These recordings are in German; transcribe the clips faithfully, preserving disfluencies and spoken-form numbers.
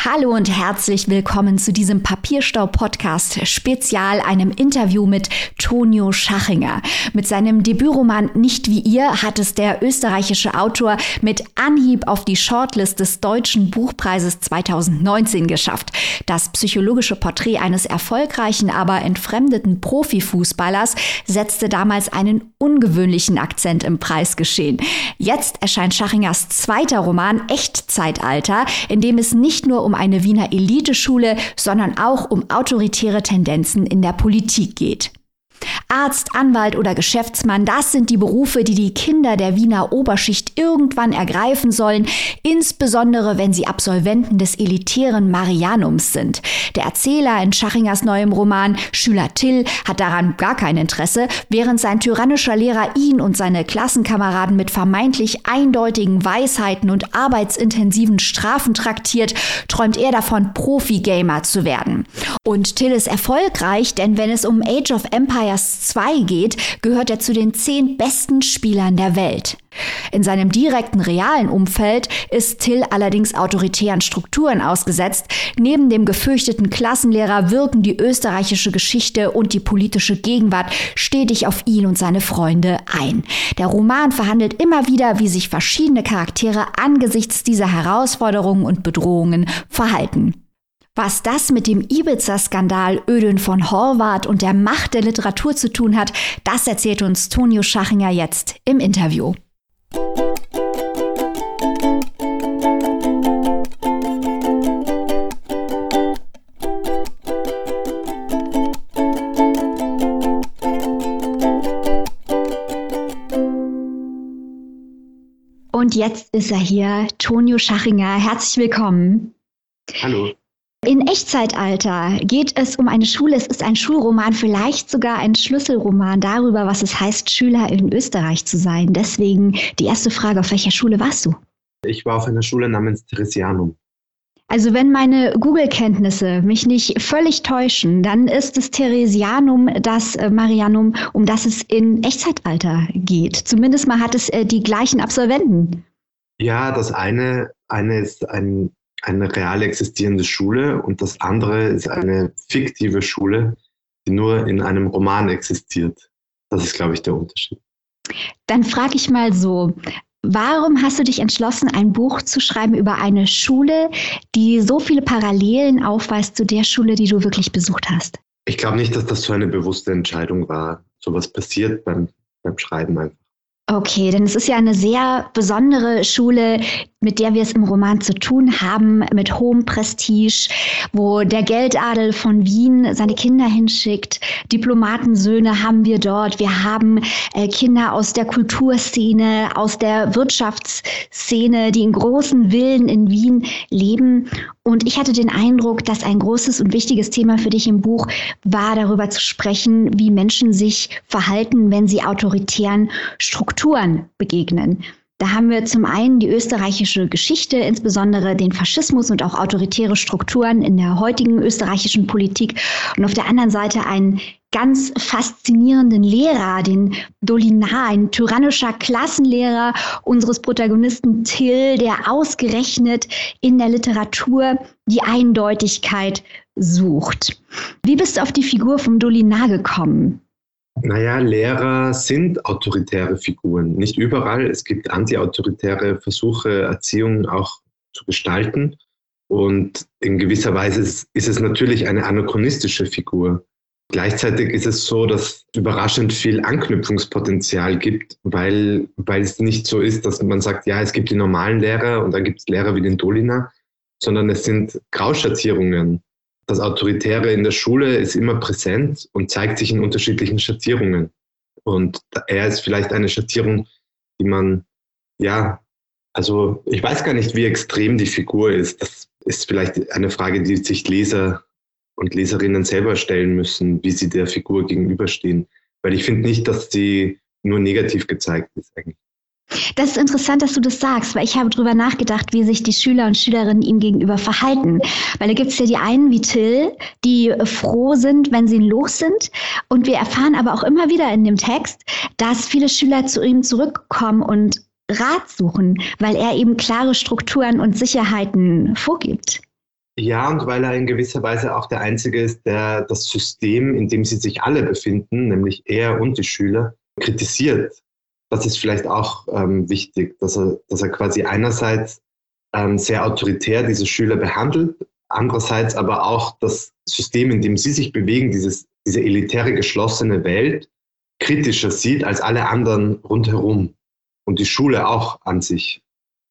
Hallo und herzlich willkommen zu diesem Papierstau-Podcast Spezial, einem Interview mit Tonio Schachinger. Mit seinem Debütroman Nicht wie ihr hat es der österreichische Autor mit Anhieb auf die Shortlist des Deutschen Buchpreises zweitausendneunzehn geschafft. Das psychologische Porträt eines erfolgreichen, aber entfremdeten Profifußballers setzte damals einen ungewöhnlichen Akzent im Preisgeschehen. Jetzt erscheint Schachingers zweiter Roman Echtzeitalter, in dem es nicht nur um eine Wiener Eliteschule, sondern auch um autoritäre Tendenzen in der Politik geht. Arzt, Anwalt oder Geschäftsmann, das sind die Berufe, die die Kinder der Wiener Oberschicht irgendwann ergreifen sollen, insbesondere wenn sie Absolventen des elitären Marianums sind. Der Erzähler in Schachingers neuem Roman Schüler Till hat daran gar kein Interesse, während sein tyrannischer Lehrer ihn und seine Klassenkameraden mit vermeintlich eindeutigen Weisheiten und arbeitsintensiven Strafen traktiert, träumt er davon, Profi-Gamer zu werden. Und Till ist erfolgreich, denn wenn es um Age of Empires zwei geht, gehört er zu den zehn besten Spielern der Welt. In seinem direkten realen Umfeld ist Till allerdings autoritären Strukturen ausgesetzt. Neben dem gefürchteten Klassenlehrer wirken die österreichische Geschichte und die politische Gegenwart stetig auf ihn und seine Freunde ein. Der Roman verhandelt immer wieder, wie sich verschiedene Charaktere angesichts dieser Herausforderungen und Bedrohungen verhalten. Was das mit dem Ibiza-Skandal Ödön von Horvath und der Macht der Literatur zu tun hat, das erzählt uns Tonio Schachinger jetzt im Interview. Und jetzt ist er hier, Tonio Schachinger. Herzlich willkommen. Hallo. In Echtzeitalter geht es um eine Schule. Es ist ein Schulroman, vielleicht sogar ein Schlüsselroman darüber, was es heißt, Schüler in Österreich zu sein. Deswegen die erste Frage, auf welcher Schule warst du? Ich war auf einer Schule namens Theresianum. Also wenn meine Google-Kenntnisse mich nicht völlig täuschen, dann ist es Theresianum das Marianum, um das es in Echtzeitalter geht. Zumindest mal hat es äh, die gleichen Absolventen. Ja, das eine, eine ist ein eine real existierende Schule und das andere ist eine fiktive Schule, die nur in einem Roman existiert. Das ist, glaube ich, der Unterschied. Dann frage ich mal so, warum hast du dich entschlossen, ein Buch zu schreiben über eine Schule, die so viele Parallelen aufweist zu der Schule, die du wirklich besucht hast? Ich glaube nicht, dass das so eine bewusste Entscheidung war. Sowas passiert beim, beim Schreiben einfach. Okay, denn es ist ja eine sehr besondere Schule, mit der wir es im Roman zu tun haben, mit hohem Prestige, wo der Geldadel von Wien seine Kinder hinschickt. Diplomatensöhne haben wir dort. Wir haben äh, Kinder aus der Kulturszene, aus der Wirtschaftsszene, die in großen Villen in Wien leben. Und ich hatte den Eindruck, dass ein großes und wichtiges Thema für dich im Buch war, darüber zu sprechen, wie Menschen sich verhalten, wenn sie autoritären Strukturen begegnen. Da haben wir zum einen die österreichische Geschichte, insbesondere den Faschismus und auch autoritäre Strukturen in der heutigen österreichischen Politik. Und auf der anderen Seite einen ganz faszinierenden Lehrer, den Dolinar, ein tyrannischer Klassenlehrer unseres Protagonisten Till, der ausgerechnet in der Literatur die Eindeutigkeit sucht. Wie bist du auf die Figur vom Dolinar gekommen? Naja, Lehrer sind autoritäre Figuren. Nicht überall. Es gibt antiautoritäre Versuche, Erziehung auch zu gestalten. Und in gewisser Weise ist, ist es natürlich eine anachronistische Figur. Gleichzeitig ist es so, dass es überraschend viel Anknüpfungspotenzial gibt, weil, weil es nicht so ist, dass man sagt, ja, es gibt die normalen Lehrer und dann gibt es Lehrer wie den Dolinar, sondern es sind Grauschattierungen. Das Autoritäre in der Schule ist immer präsent und zeigt sich in unterschiedlichen Schattierungen. Und er ist vielleicht eine Schattierung, die man, ja, also ich weiß gar nicht, wie extrem die Figur ist. Das ist vielleicht eine Frage, die sich Leser und Leserinnen selber stellen müssen, wie sie der Figur gegenüberstehen. Weil ich finde nicht, dass sie nur negativ gezeigt ist eigentlich. Das ist interessant, dass du das sagst, weil ich habe darüber nachgedacht, wie sich die Schüler und Schülerinnen ihm gegenüber verhalten. Weil da gibt es ja die einen wie Till, die froh sind, wenn sie los sind. Und wir erfahren aber auch immer wieder in dem Text, dass viele Schüler zu ihm zurückkommen und Rat suchen, weil er eben klare Strukturen und Sicherheiten vorgibt. Ja, und weil er in gewisser Weise auch der Einzige ist, der das System, in dem sie sich alle befinden, nämlich er und die Schüler, kritisiert. Das ist vielleicht auch ähm, wichtig, dass er, dass er quasi einerseits ähm, sehr autoritär diese Schüler behandelt, andererseits aber auch das System, in dem sie sich bewegen, dieses, diese elitäre, geschlossene Welt, kritischer sieht als alle anderen rundherum und die Schule auch an sich.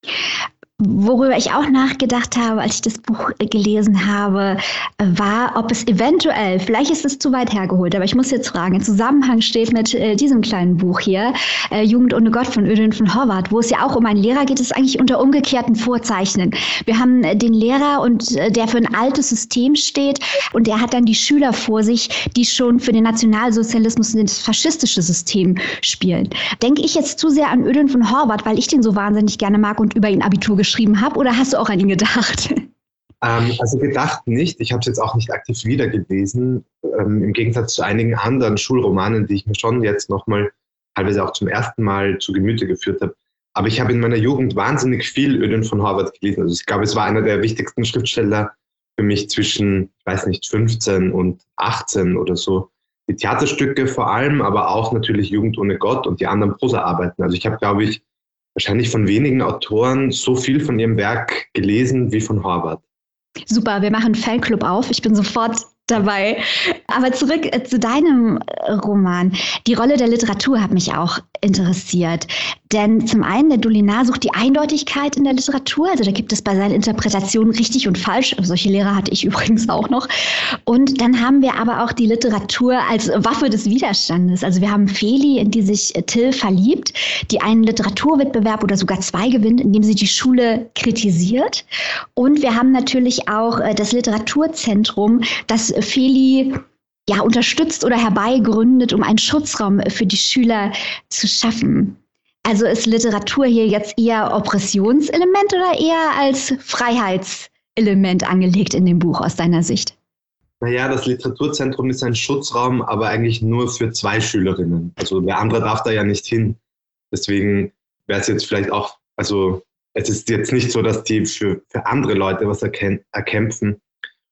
Worüber ich auch nachgedacht habe, als ich das Buch gelesen habe, war, ob es eventuell, vielleicht ist es zu weit hergeholt, aber ich muss jetzt fragen, im Zusammenhang steht mit äh, diesem kleinen Buch hier, äh, Jugend ohne Gott von Ödön von Horvath, wo es ja auch um einen Lehrer geht, das ist eigentlich unter umgekehrten Vorzeichen. Wir haben äh, den Lehrer, und äh, der für ein altes System steht, und der hat dann die Schüler vor sich, die schon für den Nationalsozialismus und das faschistische System spielen. Denke ich jetzt zu sehr an Ödön von Horvath, weil ich den so wahnsinnig gerne mag und über ihn Abitur geschrieben geschrieben habe, oder hast du auch an ihn gedacht? Ähm, also gedacht nicht. Ich habe es jetzt auch nicht aktiv wiedergelesen. Ähm, im Gegensatz zu einigen anderen Schulromanen, die ich mir schon jetzt nochmal teilweise auch zum ersten Mal zu Gemüte geführt habe. Aber ich habe in meiner Jugend wahnsinnig viel Ödön von Horvath gelesen. Also ich glaube, es war einer der wichtigsten Schriftsteller für mich zwischen, ich weiß nicht, fünfzehn und achtzehn oder so. Die Theaterstücke vor allem, aber auch natürlich Jugend ohne Gott und die anderen Prosaarbeiten. Also ich habe, glaube ich, wahrscheinlich von wenigen Autoren so viel von ihrem Werk gelesen wie von Horvath. Super, wir machen einen Fanclub auf. Ich bin sofort dabei. Aber zurück äh, zu deinem äh, Roman. Die Rolle der Literatur hat mich auch interessiert. Denn zum einen, der Dolinar sucht die Eindeutigkeit in der Literatur. Also da gibt es bei seinen Interpretationen richtig und falsch. Solche Lehrer hatte ich übrigens auch noch. Und dann haben wir aber auch die Literatur als Waffe des Widerstandes. Also wir haben Feli, in die sich Till verliebt, die einen Literaturwettbewerb oder sogar zwei gewinnt, indem sie die Schule kritisiert. Und wir haben natürlich auch äh, das Literaturzentrum, das Feli ja unterstützt oder herbeigründet, um einen Schutzraum für die Schüler zu schaffen. Also ist Literatur hier jetzt eher Oppressionselement oder eher als Freiheitselement angelegt in dem Buch aus deiner Sicht? Naja, das Literaturzentrum ist ein Schutzraum, aber eigentlich nur für zwei Schülerinnen. Also der andere darf da ja nicht hin. Deswegen wäre es jetzt vielleicht auch, also es ist jetzt nicht so, dass die für, für andere Leute was erken- erkämpfen.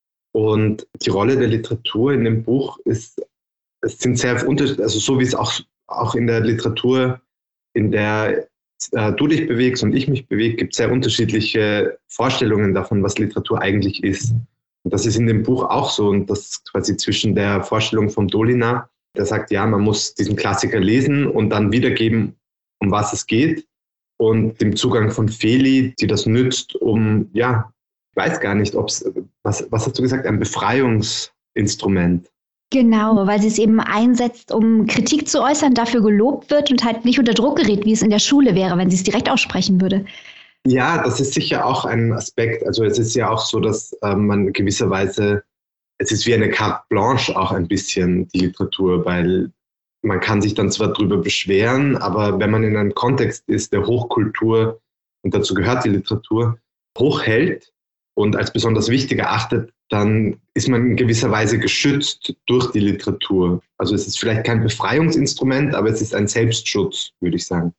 Und die Rolle der Literatur in dem Buch ist, es sind sehr unterschiedlich, also so wie es auch, auch in der Literatur, in der äh, du dich bewegst und ich mich bewege, gibt es sehr unterschiedliche Vorstellungen davon, was Literatur eigentlich ist. Und das ist in dem Buch auch so. Und das ist quasi zwischen der Vorstellung vom Dolinar, der sagt, ja, man muss diesen Klassiker lesen und dann wiedergeben, um was es geht, und dem Zugang von Feli, die das nützt, um, ja, ich weiß gar nicht, ob es, was, was hast du gesagt, ein Befreiungsinstrument. Genau, weil sie es eben einsetzt, um Kritik zu äußern, dafür gelobt wird und halt nicht unter Druck gerät, wie es in der Schule wäre, wenn sie es direkt aussprechen würde. Ja, das ist sicher auch ein Aspekt. Also es ist ja auch so, dass äh, man gewisserweise, es ist wie eine carte blanche auch ein bisschen, die Literatur, weil man kann sich dann zwar drüber beschweren, aber wenn man in einem Kontext ist, der Hochkultur, und dazu gehört die Literatur, hochhält und als besonders wichtig erachtet, dann ist man in gewisser Weise geschützt durch die Literatur. Also es ist vielleicht kein Befreiungsinstrument, aber es ist ein Selbstschutz, würde ich sagen.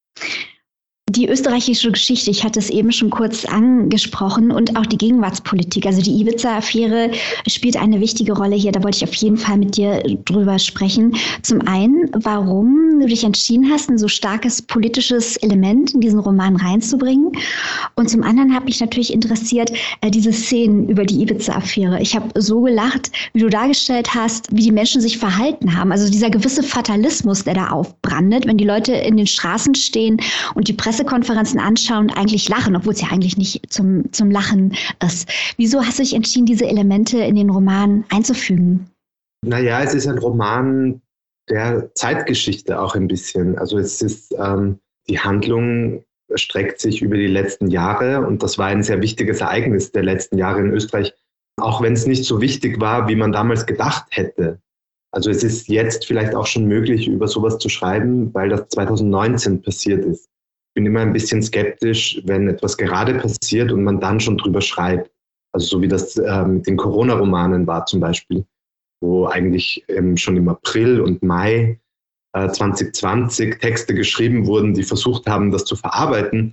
Die österreichische Geschichte, ich hatte es eben schon kurz angesprochen, und auch die Gegenwartspolitik, also die Ibiza-Affäre spielt eine wichtige Rolle hier. Da wollte ich auf jeden Fall mit dir drüber sprechen. Zum einen, warum du dich entschieden hast, ein so starkes politisches Element in diesen Roman reinzubringen. Und zum anderen hat mich natürlich interessiert, äh, diese Szenen über die Ibiza-Affäre. Ich habe so gelacht, wie du dargestellt hast, wie die Menschen sich verhalten haben. Also dieser gewisse Fatalismus, der da aufbrandet, wenn die Leute in den Straßen stehen und die Presse Pressekonferenzen anschauen und eigentlich lachen, obwohl es ja eigentlich nicht zum, zum Lachen ist. Wieso hast du dich entschieden, diese Elemente in den Roman einzufügen? Naja, es ist ein Roman der Zeitgeschichte auch ein bisschen. Also es ist, ähm, die Handlung erstreckt sich über die letzten Jahre, und das war ein sehr wichtiges Ereignis der letzten Jahre in Österreich, auch wenn es nicht so wichtig war, wie man damals gedacht hätte. Also es ist jetzt vielleicht auch schon möglich, über sowas zu schreiben, weil das zwanzig neunzehn passiert ist. Ich bin immer ein bisschen skeptisch, wenn etwas gerade passiert und man dann schon drüber schreibt. Also so wie das äh, mit den Corona-Romanen war zum Beispiel, wo eigentlich ähm, schon im April und Mai äh, zwanzig zwanzig Texte geschrieben wurden, die versucht haben, das zu verarbeiten.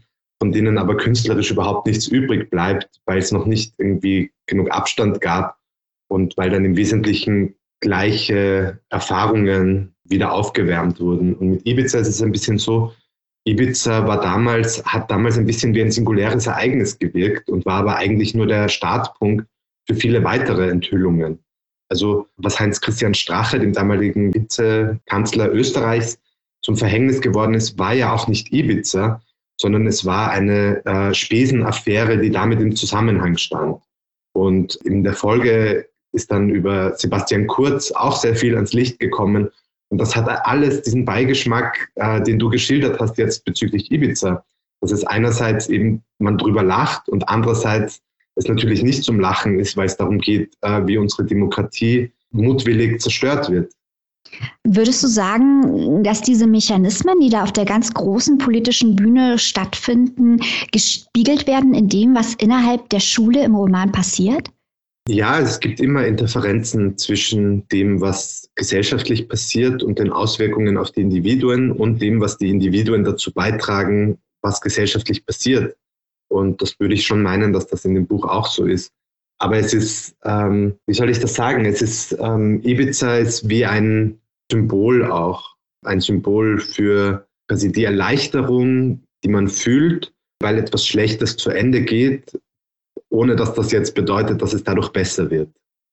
von denen aber künstlerisch überhaupt nichts übrig bleibt, weil es noch nicht irgendwie genug Abstand gab und weil dann im Wesentlichen gleiche Erfahrungen wieder aufgewärmt wurden. Und mit Ibiza ist es ein bisschen so, Ibiza war damals, hat damals ein bisschen wie ein singuläres Ereignis gewirkt und war aber eigentlich nur der Startpunkt für viele weitere Enthüllungen. Also was Heinz-Christian Strache, dem damaligen Vizekanzler Österreichs, zum Verhängnis geworden ist, war ja auch nicht Ibiza, sondern es war eine äh, Spesenaffäre, die damit im Zusammenhang stand. Und in der Folge ist dann über Sebastian Kurz auch sehr viel ans Licht gekommen. Und das hat alles diesen Beigeschmack, äh, den du geschildert hast jetzt bezüglich Ibiza. Dass es einerseits eben man drüber lacht und andererseits es natürlich nicht zum Lachen ist, weil es darum geht, äh, wie unsere Demokratie mutwillig zerstört wird. Würdest du sagen, dass diese Mechanismen, die da auf der ganz großen politischen Bühne stattfinden, gespiegelt werden in dem, was innerhalb der Schule im Roman passiert? Ja, es gibt immer Interferenzen zwischen dem, was gesellschaftlich passiert und den Auswirkungen auf die Individuen und dem, was die Individuen dazu beitragen, was gesellschaftlich passiert. Und das würde ich schon meinen, dass das in dem Buch auch so ist. Aber es ist, ähm, wie soll ich das sagen? Es ist, ähm, Ibiza ist wie ein Symbol auch. Ein Symbol für quasi die Erleichterung, die man fühlt, weil etwas Schlechtes zu Ende geht, ohne dass das jetzt bedeutet, dass es dadurch besser wird.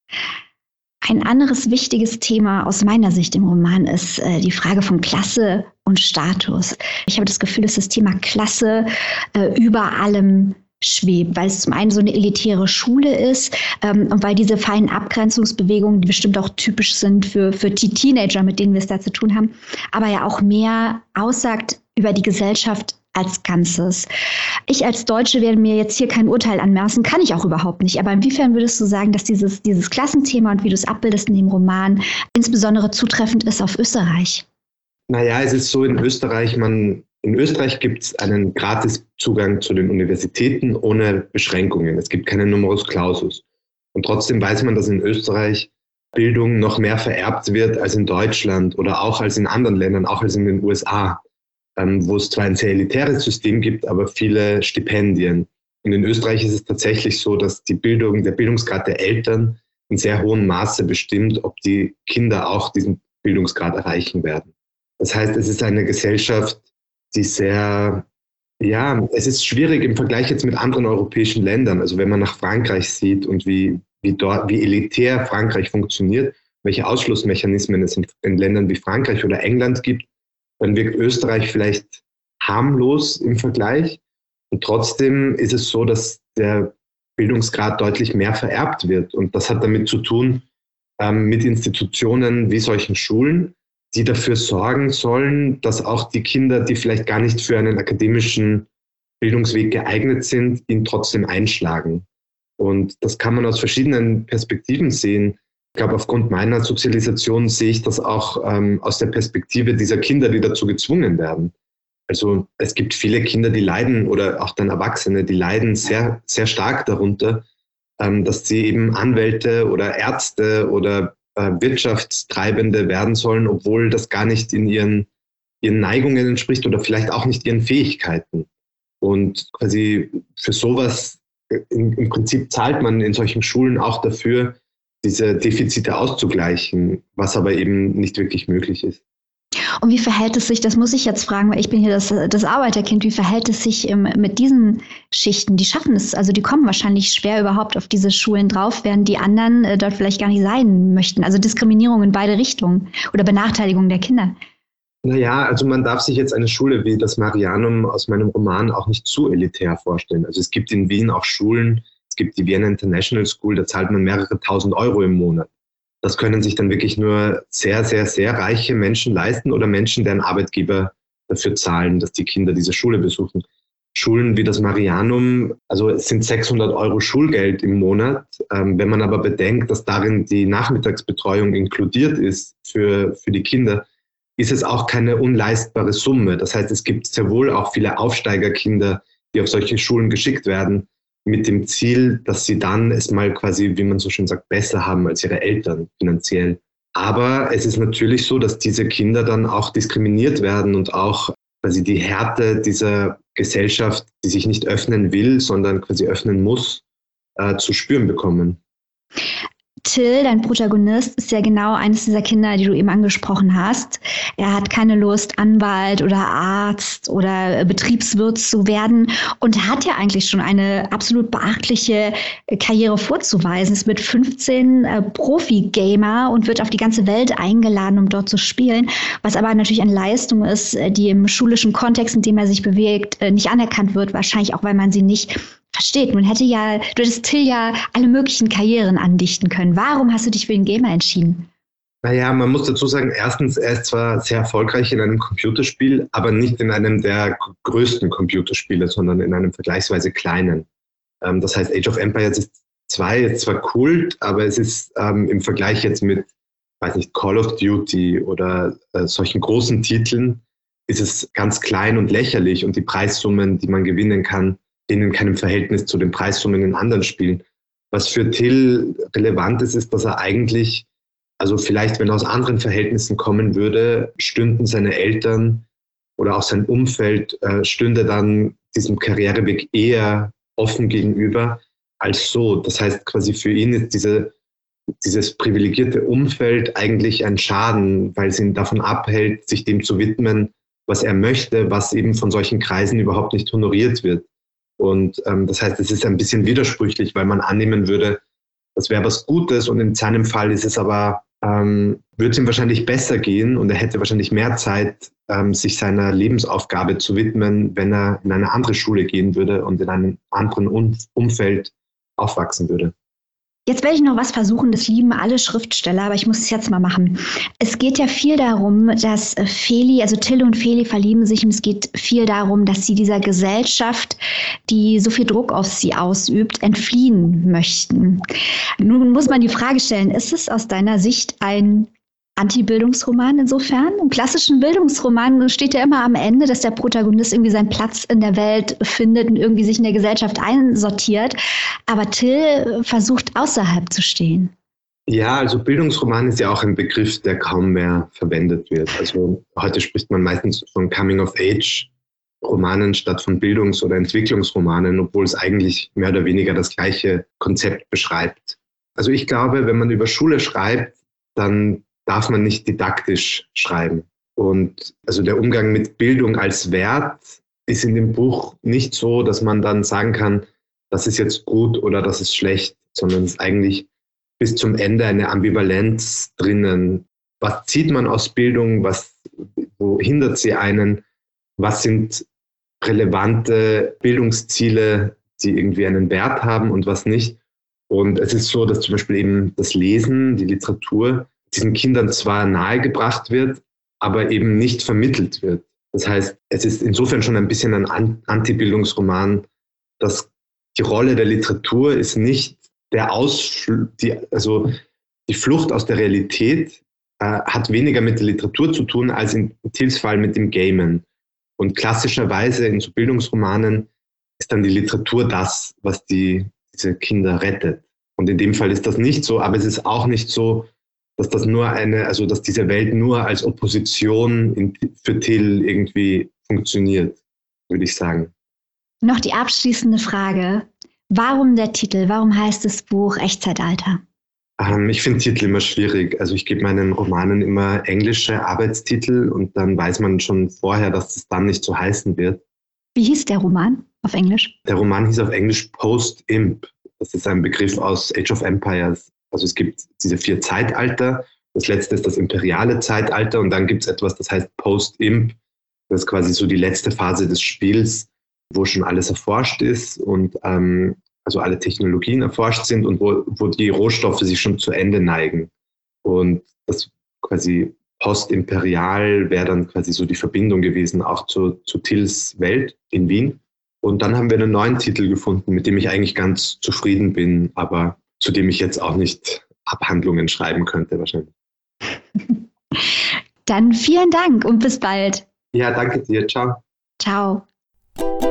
Ein anderes wichtiges Thema aus meiner Sicht im Roman ist äh, die Frage von Klasse und Status. Ich habe das Gefühl, dass das Thema Klasse äh, über allem schwebt, weil es zum einen so eine elitäre Schule ist ähm, und weil diese feinen Abgrenzungsbewegungen, die bestimmt auch typisch sind für, für die Teenager, mit denen wir es da zu tun haben, aber ja auch mehr aussagt über die Gesellschaft als Ganzes. Ich als Deutsche werde mir jetzt hier kein Urteil anmaßen, kann ich auch überhaupt nicht. Aber inwiefern würdest du sagen, dass dieses, dieses Klassenthema und wie du es abbildest in dem Roman insbesondere zutreffend ist auf Österreich? Naja, es ist so in Österreich, man, in Österreich gibt es einen Gratiszugang zu den Universitäten ohne Beschränkungen. Es gibt keinen Numerus Clausus. Und trotzdem weiß man, dass in Österreich Bildung noch mehr vererbt wird als in Deutschland oder auch als in anderen Ländern, auch als in den U S A. Wo es zwar ein sehr elitäres System gibt, aber viele Stipendien. Und in Österreich ist es tatsächlich so, dass die Bildung, der Bildungsgrad der Eltern in sehr hohem Maße bestimmt, ob die Kinder auch diesen Bildungsgrad erreichen werden. Das heißt, es ist eine Gesellschaft, die sehr, ja, es ist schwierig im Vergleich jetzt mit anderen europäischen Ländern. Also wenn man nach Frankreich sieht und wie, wie dort, wie elitär Frankreich funktioniert, welche Ausschlussmechanismen es in, in Ländern wie Frankreich oder England gibt, dann wirkt Österreich vielleicht harmlos im Vergleich. Und trotzdem ist es so, dass der Bildungsgrad deutlich mehr vererbt wird. Und das hat damit zu tun, ähm, mit Institutionen wie solchen Schulen, die dafür sorgen sollen, dass auch die Kinder, die vielleicht gar nicht für einen akademischen Bildungsweg geeignet sind, ihn trotzdem einschlagen. Und das kann man aus verschiedenen Perspektiven sehen. Ich glaube, aufgrund meiner Sozialisation sehe ich das auch ähm, aus der Perspektive dieser Kinder, die dazu gezwungen werden. Also es gibt viele Kinder, die leiden, oder auch dann Erwachsene, die leiden sehr, sehr stark darunter, ähm, dass sie eben Anwälte oder Ärzte oder äh, Wirtschaftstreibende werden sollen, obwohl das gar nicht in ihren, ihren Neigungen entspricht oder vielleicht auch nicht ihren Fähigkeiten. Und quasi für sowas, im, im Prinzip zahlt man in solchen Schulen auch dafür, diese Defizite auszugleichen, was aber eben nicht wirklich möglich ist. Und wie verhält es sich, das muss ich jetzt fragen, weil ich bin hier das, das Arbeiterkind, wie verhält es sich ähm, mit diesen Schichten? Die schaffen es, also die kommen wahrscheinlich schwer überhaupt auf diese Schulen drauf, während die anderen äh, dort vielleicht gar nicht sein möchten. Also Diskriminierung in beide Richtungen oder Benachteiligung der Kinder. Naja, also man darf sich jetzt eine Schule wie das Marianum aus meinem Roman auch nicht zu elitär vorstellen. Also es gibt in Wien auch Schulen, es gibt die Vienna International School, da zahlt man mehrere tausend Euro im Monat. Das können sich dann wirklich nur sehr, sehr, sehr reiche Menschen leisten oder Menschen, deren Arbeitgeber dafür zahlen, dass die Kinder diese Schule besuchen. Schulen wie das Marianum, also es sind sechshundert Euro Schulgeld im Monat. Ähm, wenn man aber bedenkt, dass darin die Nachmittagsbetreuung inkludiert ist für, für die Kinder, ist es auch keine unleistbare Summe. Das heißt, es gibt sehr wohl auch viele Aufsteigerkinder, die auf solche Schulen geschickt werden, mit dem Ziel, dass sie dann es mal quasi, wie man so schön sagt, besser haben als ihre Eltern finanziell. Aber es ist natürlich so, dass diese Kinder dann auch diskriminiert werden und auch quasi die Härte dieser Gesellschaft, die sich nicht öffnen will, sondern quasi öffnen muss, äh, zu spüren bekommen. Till, dein Protagonist, ist ja genau eines dieser Kinder, die du eben angesprochen hast. Er hat keine Lust, Anwalt oder Arzt oder Betriebswirt zu werden und hat ja eigentlich schon eine absolut beachtliche Karriere vorzuweisen. Ist mit fünfzehn äh, Profi-Gamer und wird auf die ganze Welt eingeladen, um dort zu spielen, was aber natürlich eine Leistung ist, die im schulischen Kontext, in dem er sich bewegt, nicht anerkannt wird, wahrscheinlich auch, weil man sie nicht versteht. Nun hätte ja, du hättest Till ja alle möglichen Karrieren andichten können. Warum hast du dich für den Gamer entschieden? Naja, man muss dazu sagen, erstens, er ist zwar sehr erfolgreich in einem Computerspiel, aber nicht in einem der größten Computerspiele, sondern in einem vergleichsweise kleinen. Ähm, das heißt, Age of Empires zwei ist zwar Kult, aber es ist ähm, im Vergleich jetzt mit, weiß nicht, Call of Duty oder äh, solchen großen Titeln, ist es ganz klein und lächerlich und die Preissummen, die man gewinnen kann, stehen in keinem Verhältnis zu den Preissummen in anderen Spielen. Was für Till relevant ist, ist, dass er eigentlich, also vielleicht, wenn er aus anderen Verhältnissen kommen würde, stünden seine Eltern oder auch sein Umfeld, äh, stünde dann diesem Karriereweg eher offen gegenüber als so. Das heißt, quasi für ihn ist diese, dieses privilegierte Umfeld eigentlich ein Schaden, weil es ihn davon abhält, sich dem zu widmen, was er möchte, was eben von solchen Kreisen überhaupt nicht honoriert wird. Und ähm, das heißt, es ist ein bisschen widersprüchlich, weil man annehmen würde, das wäre was Gutes und in seinem Fall ist es aber, ähm, würde es ihm wahrscheinlich besser gehen und er hätte wahrscheinlich mehr Zeit, ähm, sich seiner Lebensaufgabe zu widmen, wenn er in eine andere Schule gehen würde und in einem anderen um- Umfeld aufwachsen würde. Jetzt werde ich noch was versuchen, das lieben alle Schriftsteller, aber ich muss es jetzt mal machen. Es geht ja viel darum, dass Feli, also Till und Feli verlieben sich und es geht viel darum, dass sie dieser Gesellschaft, die so viel Druck auf sie ausübt, entfliehen möchten. Nun muss man die Frage stellen, ist es aus deiner Sicht ein Anti-Bildungsroman insofern? Im klassischen Bildungsroman steht ja immer am Ende, dass der Protagonist irgendwie seinen Platz in der Welt findet und irgendwie sich in der Gesellschaft einsortiert. Aber Till versucht außerhalb zu stehen. Ja, also Bildungsroman ist ja auch ein Begriff, der kaum mehr verwendet wird. Also heute spricht man meistens von Coming-of-Age-Romanen statt von Bildungs- oder Entwicklungsromanen, obwohl es eigentlich mehr oder weniger das gleiche Konzept beschreibt. Also ich glaube, wenn man über Schule schreibt, dann darf man nicht didaktisch schreiben. Und also der Umgang mit Bildung als Wert ist in dem Buch nicht so, dass man dann sagen kann, das ist jetzt gut oder das ist schlecht, sondern es ist eigentlich bis zum Ende eine Ambivalenz drinnen. Was zieht man aus Bildung? Was, wo hindert sie einen? Was sind relevante Bildungsziele, die irgendwie einen Wert haben und was nicht? Und es ist so, dass zum Beispiel eben das Lesen, die Literatur, diesen Kindern zwar nahegebracht wird, aber eben nicht vermittelt wird. Das heißt, es ist insofern schon ein bisschen ein Antibildungsroman, dass die Rolle der Literatur ist nicht der Ausfl- die, also die Flucht aus der Realität äh, hat weniger mit der Literatur zu tun, als in Tills Fall mit dem Gamen. Und klassischerweise in so Bildungsromanen ist dann die Literatur das, was die, diese Kinder rettet. Und in dem Fall ist das nicht so, aber es ist auch nicht so, dass das nur eine, also dass diese Welt nur als Opposition in, für Till irgendwie funktioniert, würde ich sagen. Noch die abschließende Frage. Warum der Titel? Warum heißt das Buch Echtzeitalter? Ähm, ich finde Titel immer schwierig. Also ich gebe meinen Romanen immer englische Arbeitstitel und dann weiß man schon vorher, dass das dann nicht so heißen wird. Wie hieß der Roman auf Englisch? Der Roman hieß auf Englisch Post-Imp. Das ist ein Begriff aus Age of Empires. Also es gibt diese vier Zeitalter. Das letzte ist das imperiale Zeitalter und dann gibt es etwas, das heißt Post-Imp. Das ist quasi so die letzte Phase des Spiels, wo schon alles erforscht ist und ähm, also alle Technologien erforscht sind und wo, wo die Rohstoffe sich schon zu Ende neigen. Und das quasi Postimperial wäre dann quasi so die Verbindung gewesen, auch zu, zu Tills Welt in Wien. Und dann haben wir einen neuen Titel gefunden, mit dem ich eigentlich ganz zufrieden bin, aber zu dem ich jetzt auch nicht Abhandlungen schreiben könnte wahrscheinlich. Dann vielen Dank und bis bald. Ja, danke dir. Ciao. Ciao.